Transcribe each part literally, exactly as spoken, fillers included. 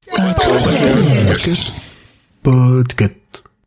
Podcast. Podcast.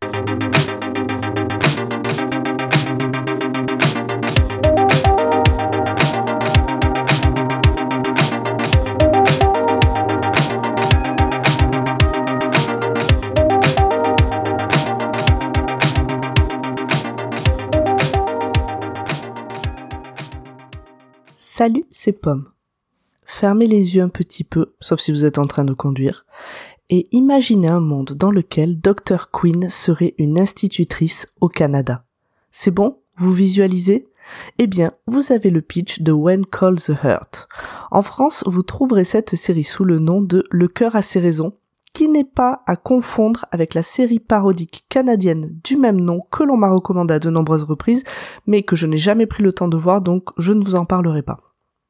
Salut, c'est Pomme. Fermez les yeux un petit peu, sauf si vous êtes en train de conduire, et imaginez un monde dans lequel docteur Quinn serait une institutrice au Canada. C'est bon? Vous visualisez? Eh bien, vous avez le pitch de When Calls the Heart. En France, vous trouverez cette série sous le nom de Le cœur a ses raisons, qui n'est pas à confondre avec la série parodique canadienne du même nom que l'on m'a recommandée à de nombreuses reprises, mais que je n'ai jamais pris le temps de voir, donc je ne vous en parlerai pas.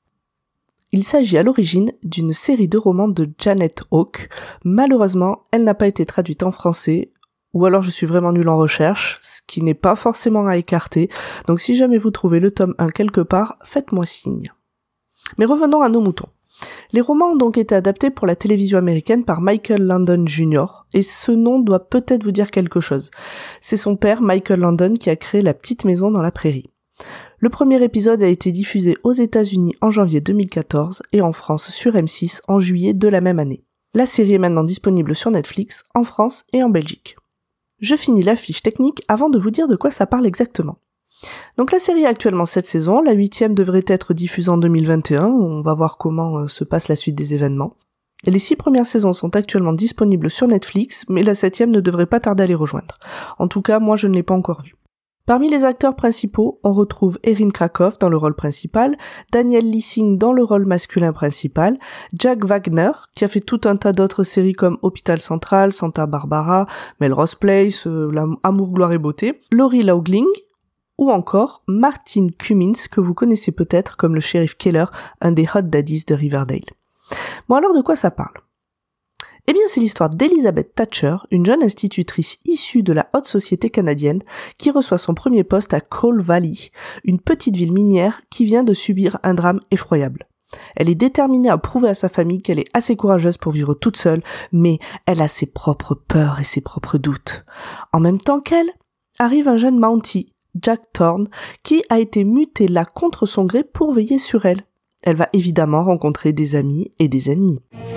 Il s'agit à l'origine d'une série de romans de Janet Hawk. Malheureusement, elle n'a pas été traduite en français, ou alors je suis vraiment nulle en recherche, ce qui n'est pas forcément à écarter, donc si jamais vous trouvez le tome un quelque part, faites-moi signe. Mais revenons à nos moutons. Les romans ont donc été adaptés pour la télévision américaine par Michael Landon junior, et ce nom doit peut-être vous dire quelque chose. C'est son père, Michael Landon, qui a créé La Petite Maison dans la Prairie. Le premier épisode a été diffusé aux États-Unis en janvier deux mille quatorze et en France sur M six en juillet de la même année. La série est maintenant disponible sur Netflix, en France et en Belgique. Je finis la fiche technique avant de vous dire de quoi ça parle exactement. Donc la série a actuellement sept saisons, la huitième devrait être diffusée en deux mille vingt et un, on va voir comment euh, se passe la suite des événements. Et les six premières saisons sont actuellement disponibles sur Netflix, mais la septième ne devrait pas tarder à les rejoindre. En tout cas, moi je ne l'ai pas encore vue. Parmi les acteurs principaux, on retrouve Erin Krakow dans le rôle principal, Daniel Lissing dans le rôle masculin principal, Jack Wagner, qui a fait tout un tas d'autres séries comme Hôpital Central, Santa Barbara, Melrose Place, euh, Amour, Gloire et Beauté, Laurie Laughlin, ou encore Martin Cummins, que vous connaissez peut-être comme le shérif Keller, un des hot daddies de Riverdale. Bon alors de quoi ça parle ? Eh bien, c'est l'histoire d'Elizabeth Thatcher, une jeune institutrice issue de la haute société canadienne qui reçoit son premier poste à Coal Valley, une petite ville minière qui vient de subir un drame effroyable. Elle est déterminée à prouver à sa famille qu'elle est assez courageuse pour vivre toute seule, mais elle a ses propres peurs et ses propres doutes. En même temps qu'elle, arrive un jeune Mountie, Jack Thorne, qui a été muté là contre son gré pour veiller sur elle. Elle va évidemment rencontrer des amis et des ennemis.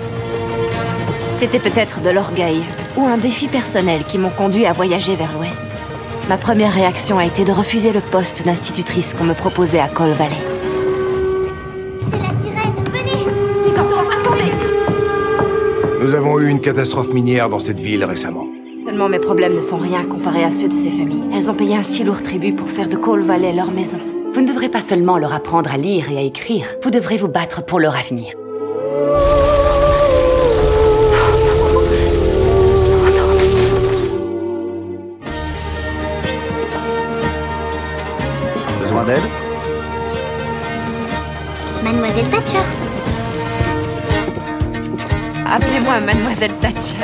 C'était peut-être de l'orgueil ou un défi personnel qui m'ont conduit à voyager vers l'ouest. Ma première réaction a été de refuser le poste d'institutrice qu'on me proposait à Coal Valley. C'est la sirène, venez! Les enfants, attendez! Nous avons eu une catastrophe minière dans cette ville récemment. Seulement mes problèmes ne sont rien comparés à ceux de ces familles. Elles ont payé un si lourd tribut pour faire de Coal Valley leur maison. Vous ne devrez pas seulement leur apprendre à lire et à écrire, vous devrez vous battre pour leur avenir. Besoin d'aide? Mademoiselle Thatcher. Appelez-moi Mademoiselle Thatcher.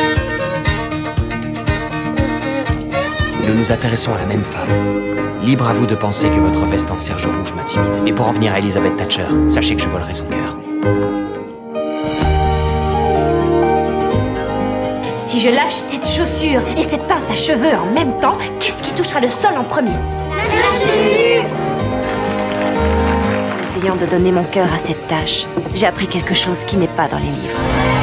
Nous nous intéressons à la même femme. Libre à vous de penser que votre veste en serge rouge m'intimide. Et pour en venir à Elizabeth Thatcher, sachez que je volerai son cœur. Si je lâche cette chaussure et cette pince à cheveux en même temps, qu'est-ce qui touchera le sol en premier ? En essayant de donner mon cœur à cette tâche, j'ai appris quelque chose qui n'est pas dans les livres.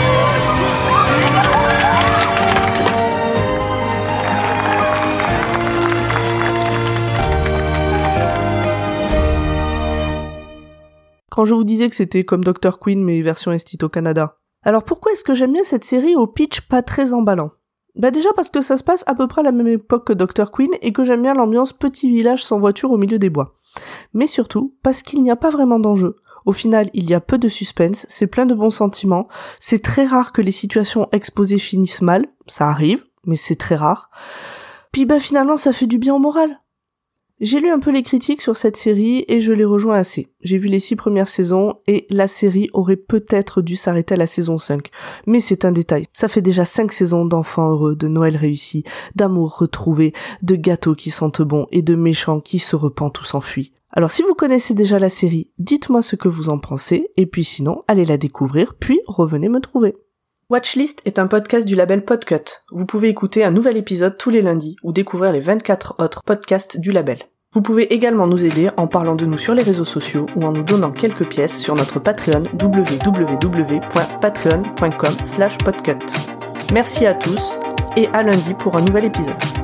Quand je vous disais que c'était comme docteur Quinn mais version Instit au Canada. Alors pourquoi est-ce que j'aime bien cette série au pitch pas très emballant ? Bah déjà parce que ça se passe à peu près à la même époque que docteur Quinn et que j'aime bien l'ambiance petit village sans voiture au milieu des bois. Mais surtout parce qu'il n'y a pas vraiment d'enjeu. Au final, il y a peu de suspense, c'est plein de bons sentiments, c'est très rare que les situations exposées finissent mal, ça arrive, mais c'est très rare. Puis bah finalement ça fait du bien au moral. J'ai lu un peu les critiques sur cette série et je les rejoins assez. J'ai vu les six premières saisons et la série aurait peut-être dû s'arrêter à la saison cinq. Mais c'est un détail. Ça fait déjà cinq saisons d'enfants heureux, de Noël réussi, d'amour retrouvé, de gâteaux qui sentent bon et de méchants qui se repentent ou s'enfuient. Alors si vous connaissez déjà la série, dites-moi ce que vous en pensez et puis sinon, allez la découvrir puis revenez me trouver. Watchlist est un podcast du label Podcut. Vous pouvez écouter un nouvel épisode tous les lundis ou découvrir les vingt-quatre autres podcasts du label. Vous pouvez également nous aider en parlant de nous sur les réseaux sociaux ou en nous donnant quelques pièces sur notre Patreon w w w point patreon point com slash podcut. Merci à tous et à lundi pour un nouvel épisode.